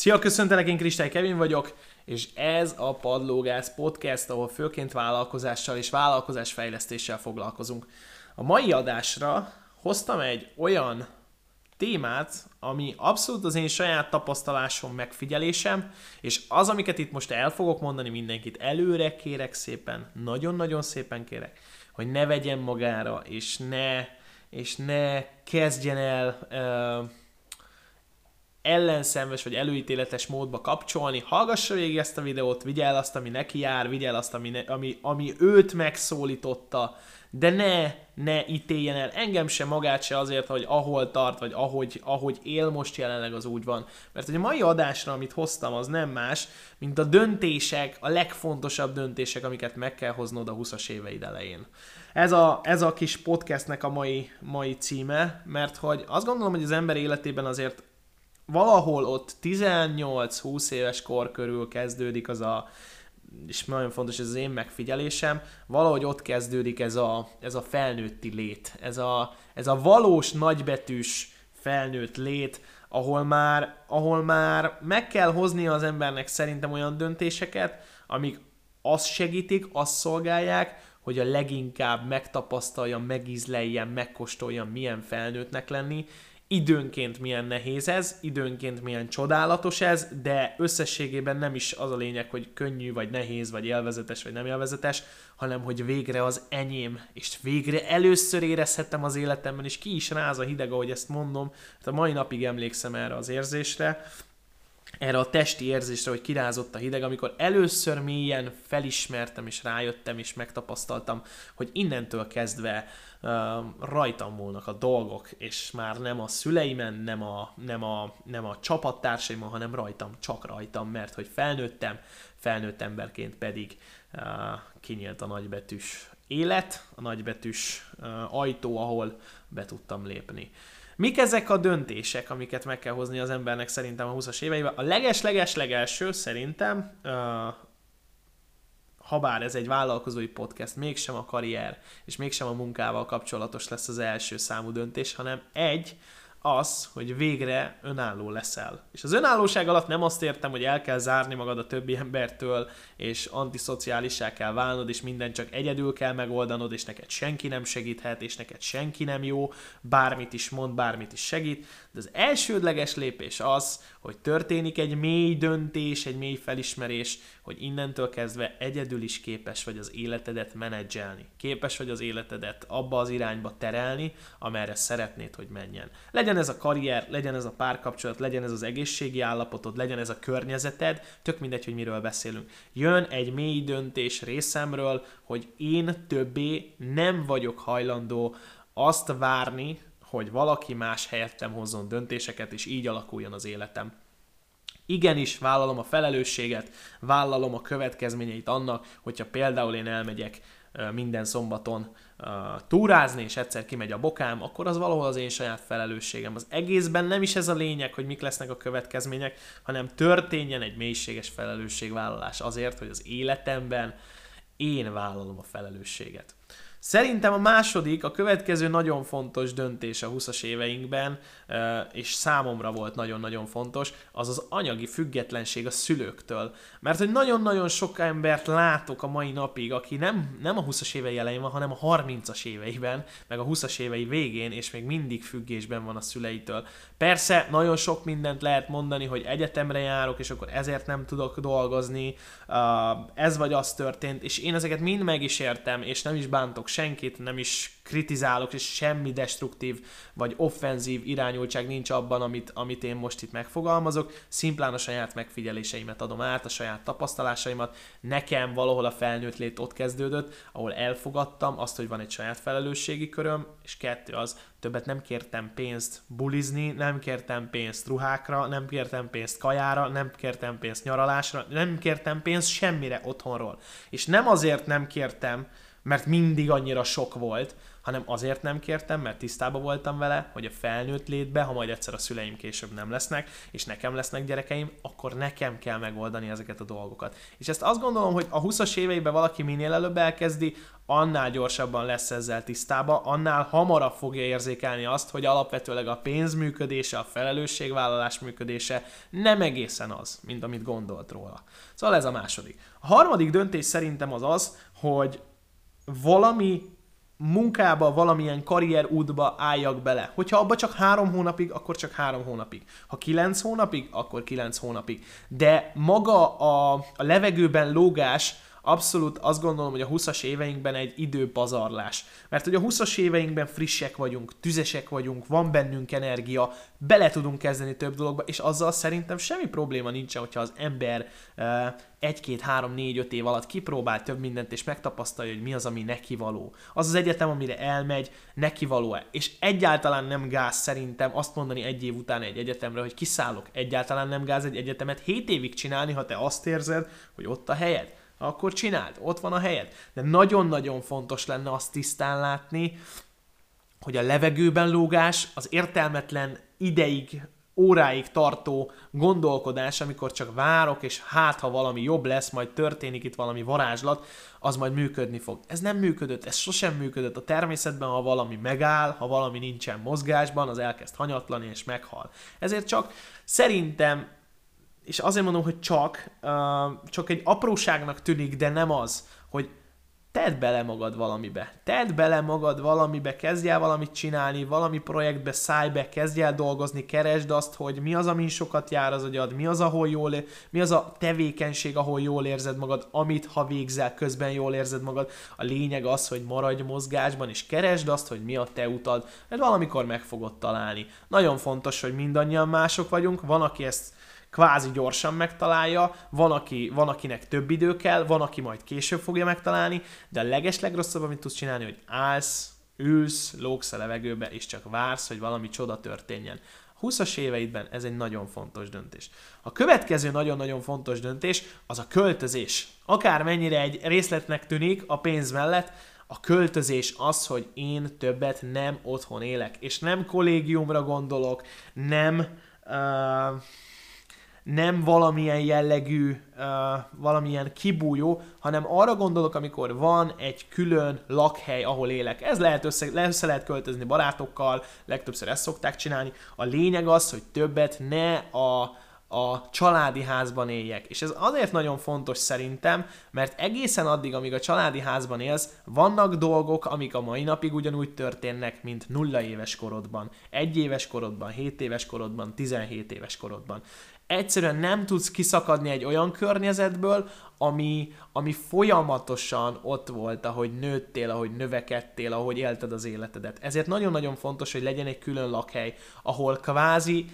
Szia, köszöntelek, én Kristály Kevin vagyok, és ez a Padlógász Podcast, ahol főként vállalkozással és vállalkozásfejlesztéssel foglalkozunk. A mai adásra hoztam egy olyan témát, ami abszolút az én saját tapasztalásom, megfigyelésem, és az, amiket itt most el fogok mondani, mindenkit előre kérek szépen, nagyon-nagyon szépen kérek, hogy ne vegyen magára, és ne kezdjen el ellenszenves vagy előítéletes módba kapcsolni. Hallgassa végig ezt a videót, vigye el azt, ami neki jár, vigye el azt, ami őt megszólította, de ne ítéljen el engem se, magát se azért, hogy ahol tart, vagy ahogy él most jelenleg, az úgy van. Mert hogy a mai adásra, amit hoztam, az nem más, mint a döntések, a legfontosabb döntések, amiket meg kell hoznod a 20-as éveid elején. Ez a kis podcastnek a mai címe, mert hogy azt gondolom, hogy az ember életében valahol ott 18-20 éves kor körül kezdődik és nagyon fontos, ez az én megfigyelésem, valahogy ott kezdődik ez a felnőtti lét, ez a valós nagybetűs felnőtt lét, ahol már meg kell hoznia az embernek szerintem olyan döntéseket, amik azt segítik, azt szolgálják, hogy a leginkább megtapasztalja, megízleljen, megkóstolja, milyen felnőttnek lenni. Időnként milyen nehéz ez, időnként milyen csodálatos ez, de összességében nem is az a lényeg, hogy könnyű, vagy nehéz, vagy élvezetes, vagy nem élvezetes, hanem hogy végre az enyém, és végre először érezhettem az életemben, és ki is ráz a hideg, ahogy ezt mondom, hát a mai napig emlékszem erre az érzésre, erre a testi érzésre, hogy kirázott a hideg, amikor először mélyen felismertem, és rájöttem, és megtapasztaltam, hogy innentől kezdve rajtam volnak a dolgok, és már nem a szüleimen, nem a csapattársaimon, hanem rajtam, csak rajtam, mert hogy felnőtt emberként pedig kinyílt a nagybetűs élet, a nagybetűs ajtó, ahol be tudtam lépni. Mik ezek a döntések, amiket meg kell hozni az embernek szerintem a 20-as éveiben? A legelső szerintem, habár ez egy vállalkozói podcast, mégsem a karrier és mégsem a munkával kapcsolatos lesz az első számú döntés, hanem az, hogy végre önálló leszel. És az önállóság alatt nem azt értem, hogy el kell zárni magad a többi embertől, és antiszociálissá kell válnod, és mindent csak egyedül kell megoldanod, és neked senki nem segíthet, és neked senki nem jó, bármit is mond, bármit is segít. De az elsődleges lépés az, hogy történik egy mély döntés, egy mély felismerés, hogy innentől kezdve egyedül is képes vagy az életedet menedzselni. Képes vagy az életedet abba az irányba terelni, amerre szeretnéd, hogy menjen. Legyen ez a karrier, legyen ez a párkapcsolat, legyen ez az egészségi állapotod, legyen ez a környezeted, tök mindegy, hogy miről beszélünk. Jön egy mély döntés részemről, hogy én többé nem vagyok hajlandó azt várni, hogy valaki más helyettem hozzon döntéseket, és így alakuljon az életem. Igenis, vállalom a felelősséget, vállalom a következményeit annak, hogyha például én elmegyek minden szombaton túrázni, és egyszer kimegy a bokám, akkor az valahol az én saját felelősségem. Az egészben nem is ez a lényeg, hogy mik lesznek a következmények, hanem történjen egy mélységes felelősségvállalás azért, hogy az életemben én vállalom a felelősséget. Szerintem a következő nagyon fontos döntés a 20-as éveinkben, és számomra volt nagyon-nagyon fontos, az az anyagi függetlenség a szülőktől. Mert hogy nagyon-nagyon sok embert látok a mai napig, aki nem a 20-as évei elején van, hanem a 30-as éveiben, meg a 20-as évei végén, és még mindig függésben van a szüleitől. Persze, nagyon sok mindent lehet mondani, hogy egyetemre járok, és akkor ezért nem tudok dolgozni, ez vagy az történt, és én ezeket mind meg is értem, és nem is bántok senkit, nem is kritizálok, és semmi destruktív vagy offenzív irányultság nincs abban, amit én most itt megfogalmazok. Szimplán a saját megfigyeléseimet adom át, a saját tapasztalásaimat. Nekem valahol a felnőtt lét ott kezdődött, ahol elfogadtam azt, hogy van egy saját felelősségi köröm, és többet nem kértem pénzt bulizni, nem kértem pénzt ruhákra, nem kértem pénzt kajára, nem kértem pénzt nyaralásra, nem kértem pénzt semmire otthonról. És nem azért nem kértem, mert mindig annyira sok volt, hanem azért nem kértem, mert tisztában voltam vele, hogy a felnőtt létbe, ha majd egyszer a szüleim később nem lesznek, és nekem lesznek gyerekeim, akkor nekem kell megoldani ezeket a dolgokat. És ezt azt gondolom, hogy a 20-as éveiben valaki minél előbb elkezdi, annál gyorsabban lesz ezzel tisztába, annál hamarabb fogja érzékelni azt, hogy alapvetőleg a pénz működése, a felelősségvállalás működése nem egészen az, mint amit gondolt róla. Szóval ez a második. A harmadik döntés szerintem az, hogy valami munkába, valamilyen karrierútba álljak bele. Hogyha abba csak 3 hónapig, akkor csak 3 hónapig. Ha 9 hónapig, akkor 9 hónapig. De maga a levegőben lógás abszolút azt gondolom, hogy a 20-as éveinkben egy időpazarlás. Mert hogy a 20-as éveinkben frissek vagyunk, tüzesek vagyunk, van bennünk energia, bele tudunk kezdeni több dologba, és azzal szerintem semmi probléma nincsen, hogyha az ember 1, 2, 3, 4, 5 év alatt kipróbál több mindent, és megtapasztalja, hogy mi az, ami neki való. Az az egyetem, amire elmegy, neki való-e. És egyáltalán nem gáz szerintem azt mondani 1 év után egy egyetemre, hogy kiszállok. Egyáltalán nem gáz egy egyetemet 7 évig csinálni, ha te azt érzed, hogy ott a helyed. Akkor csináld, ott van a helyed. De nagyon-nagyon fontos lenne azt tisztán látni, hogy a levegőben lógás, az értelmetlen ideig, óráig tartó gondolkodás, amikor csak várok, és hát ha valami jobb lesz, majd történik itt valami varázslat, az majd működni fog. Ez nem működött, ez sosem működött a természetben, ha valami megáll, ha valami nincsen mozgásban, az elkezd hanyatlani és meghal. Ezért csak szerintem, és azért mondom, hogy csak egy apróságnak tűnik, de nem az, hogy tedd bele magad valamibe. Tedd bele magad valamibe, kezdj el valamit csinálni, valami projektbe szállj be, kezdj el dolgozni, keresd azt, hogy mi az, amin sokat jár az agyad, mi az a tevékenység, ahol jól érzed magad, amit ha végzel, közben jól érzed magad. A lényeg az, hogy maradj mozgásban, és keresd azt, hogy mi a te utad, mert valamikor meg fogod találni. Nagyon fontos, hogy mindannyian mások vagyunk, van, aki ezt kvázi gyorsan megtalálja, van, akinek több idő kell, van, aki majd később fogja megtalálni, de a legrosszabb, amit tudsz csinálni, hogy állsz, ülsz, lógsz a levegőbe, és csak vársz, hogy valami csoda történjen. A 20-as éveidben ez egy nagyon fontos döntés. A következő nagyon-nagyon fontos döntés az a költözés. Akármennyire egy részletnek tűnik a pénz mellett, a költözés az, hogy én többet nem otthon élek, és nem kollégiumra gondolok, nem valamilyen jellegű, valamilyen kibújó, hanem arra gondolok, amikor van egy külön lakhely, ahol élek. Ez össze lehet költözni barátokkal, legtöbbször ezt szokták csinálni. A lényeg az, hogy többet ne a családi házban éljek. És ez azért nagyon fontos szerintem, mert egészen addig, amíg a családi házban élsz, vannak dolgok, amik a mai napig ugyanúgy történnek, mint 0 éves korodban, 1 éves korodban, 7 éves korodban, 17 éves korodban. Egyszerűen nem tudsz kiszakadni egy olyan környezetből, ami folyamatosan ott volt, ahogy nőttél, ahogy növekedtél, ahogy élted az életedet. Ezért nagyon-nagyon fontos, hogy legyen egy külön lakhely, ahol kvázi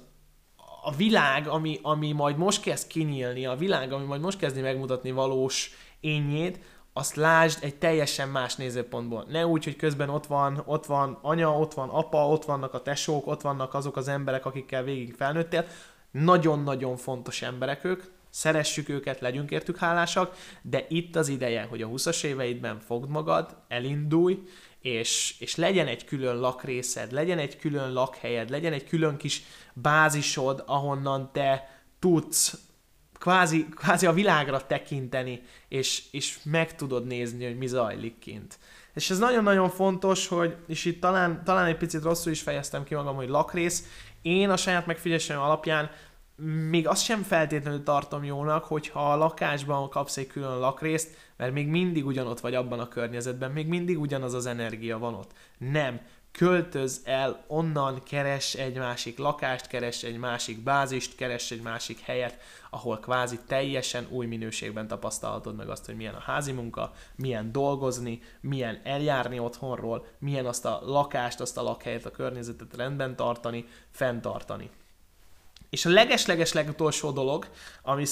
a világ, ami majd most kezd kinyílni, a világ, ami majd most kezdi megmutatni valós énjét, azt lásd egy teljesen más nézőpontból. Ne úgy, hogy közben ott van anya, ott van apa, ott vannak a tesók, ott vannak azok az emberek, akikkel végig felnőttél. Nagyon-nagyon fontos emberek ők, szeressük őket, legyünk értük hálásak, de itt az ideje, hogy a 20-as éveidben fogd magad, elindulj, és legyen egy külön lakrészed, legyen egy külön lakhelyed, legyen egy külön kis bázisod, ahonnan te tudsz kvázi a világra tekinteni, és meg tudod nézni, hogy mi zajlik kint. És ez nagyon-nagyon fontos, hogy, és itt talán egy picit rosszul is fejeztem ki magam, hogy lakrész. Én a saját megfigyelésem alapján még azt sem feltétlenül tartom jónak, hogyha a lakásban kapsz egy külön lakrészt, mert még mindig ugyanott vagy abban a környezetben, még mindig ugyanaz az energia van ott. Nem. Költözz el onnan, keress egy másik lakást, keress egy másik bázist, keress egy másik helyet, ahol kvázi teljesen új minőségben tapasztalhatod meg azt, hogy milyen a házi munka, milyen dolgozni, milyen eljárni otthonról, milyen azt a lakást, azt a lakhelyet, a környezetet rendben tartani, fenntartani. És a legutolsó dolog, ami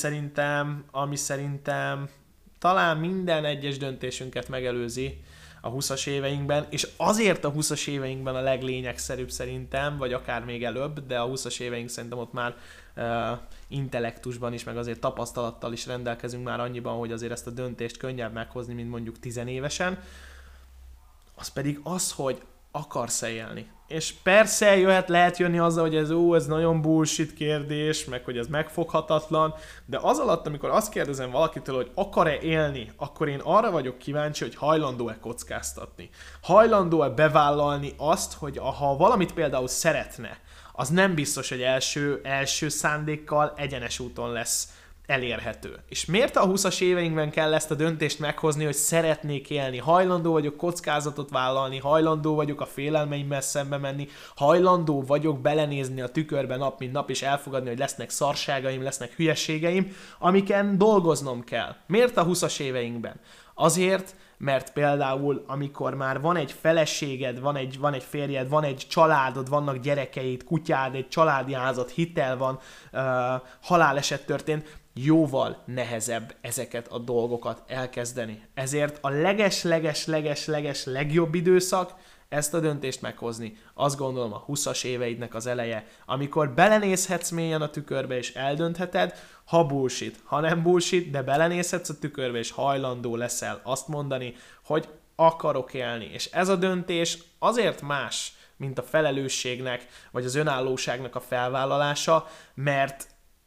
szerintem talán minden egyes döntésünket megelőzi a 20-as éveinkben, és azért a 20-as éveinkben a leglényegszerűbb szerintem, vagy akár még előbb, de a 20-as éveink szerintem ott már intellektusban is, meg azért tapasztalattal is rendelkezünk már annyiban, hogy azért ezt a döntést könnyebb meghozni, mint mondjuk 10 évesen. az pedig az, hogy akarsz-e élni. És persze lehet jönni azzal, hogy ez nagyon bullshit kérdés, meg hogy ez megfoghatatlan, de az alatt, amikor azt kérdezem valakitől, hogy akar-e élni, akkor én arra vagyok kíváncsi, hogy hajlandó-e kockáztatni. Hajlandó-e bevállalni azt, hogy ha valamit például szeretne, az nem biztos, hogy első szándékkal egyenes úton lesz elérhető. És miért a 20-as éveinkben kell ezt a döntést meghozni, hogy szeretnék élni, hajlandó vagyok kockázatot vállalni, hajlandó vagyok a félelmeimmel szembe menni, hajlandó vagyok belenézni a tükörbe nap mint nap, és elfogadni, hogy lesznek szarságaim, lesznek hülyeségeim, amiken dolgoznom kell. Miért a 20-as éveinkben? Azért, mert például amikor már van egy feleséged, van egy férjed, van egy családod, vannak gyerekeid, kutyád, egy családi házad, hitel van, haláleset történt, jóval nehezebb ezeket a dolgokat elkezdeni. Ezért a leges legjobb időszak ezt a döntést meghozni. Azt gondolom a 20-as éveidnek az eleje, amikor belenézhetsz mélyen a tükörbe és eldöntheted, ha bullshit, ha nem bullshit, de belenézhetsz a tükörbe és hajlandó leszel azt mondani, hogy akarok élni. És ez a döntés azért más, mint a felelősségnek, vagy az önállóságnak a felvállalása, mert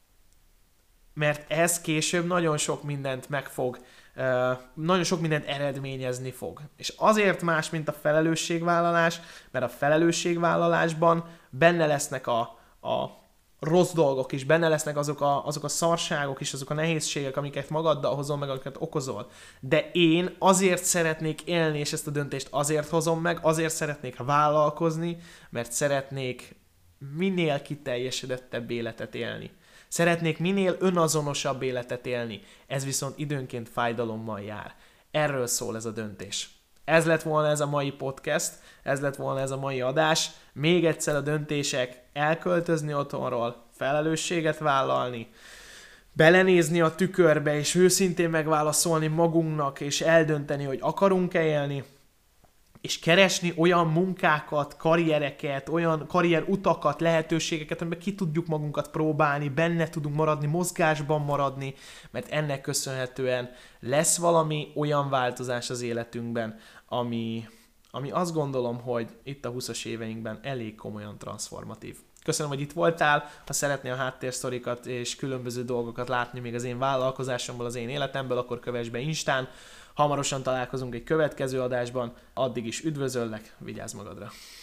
ez később nagyon sok mindent nagyon sok mindent eredményezni fog. És azért más, mint a felelősségvállalás, mert a felelősségvállalásban benne lesznek a rossz dolgok is, benne lesznek azok a szarságok is, azok a nehézségek, amiket magaddal hozol meg, amiket okozol. De én azért szeretnék élni, és ezt a döntést azért hozom meg, azért szeretnék vállalkozni, mert szeretnék minél kiteljesedettebb életet élni. Szeretnék minél önazonosabb életet élni. Ez viszont időnként fájdalommal jár. Erről szól ez a döntés. Ez lett volna ez a mai podcast, ez lett volna ez a mai adás. Még egyszer a döntések: elköltözni otthonról, felelősséget vállalni, belenézni a tükörbe és őszintén megválaszolni magunknak és eldönteni, hogy akarunk-e élni, és keresni olyan munkákat, karriereket, olyan karrierutakat, lehetőségeket, amiben ki tudjuk magunkat próbálni, benne tudunk maradni, mozgásban maradni, mert ennek köszönhetően lesz valami olyan változás az életünkben, ami azt gondolom, hogy itt a 20-as éveinkben elég komolyan transformatív. Köszönöm, hogy itt voltál. Ha szeretnél a háttérsztorikat és különböző dolgokat látni még az én vállalkozásomból, az én életemből, akkor kövess be Instán. Hamarosan találkozunk egy következő adásban. Addig is üdvözöllek, vigyázz magadra!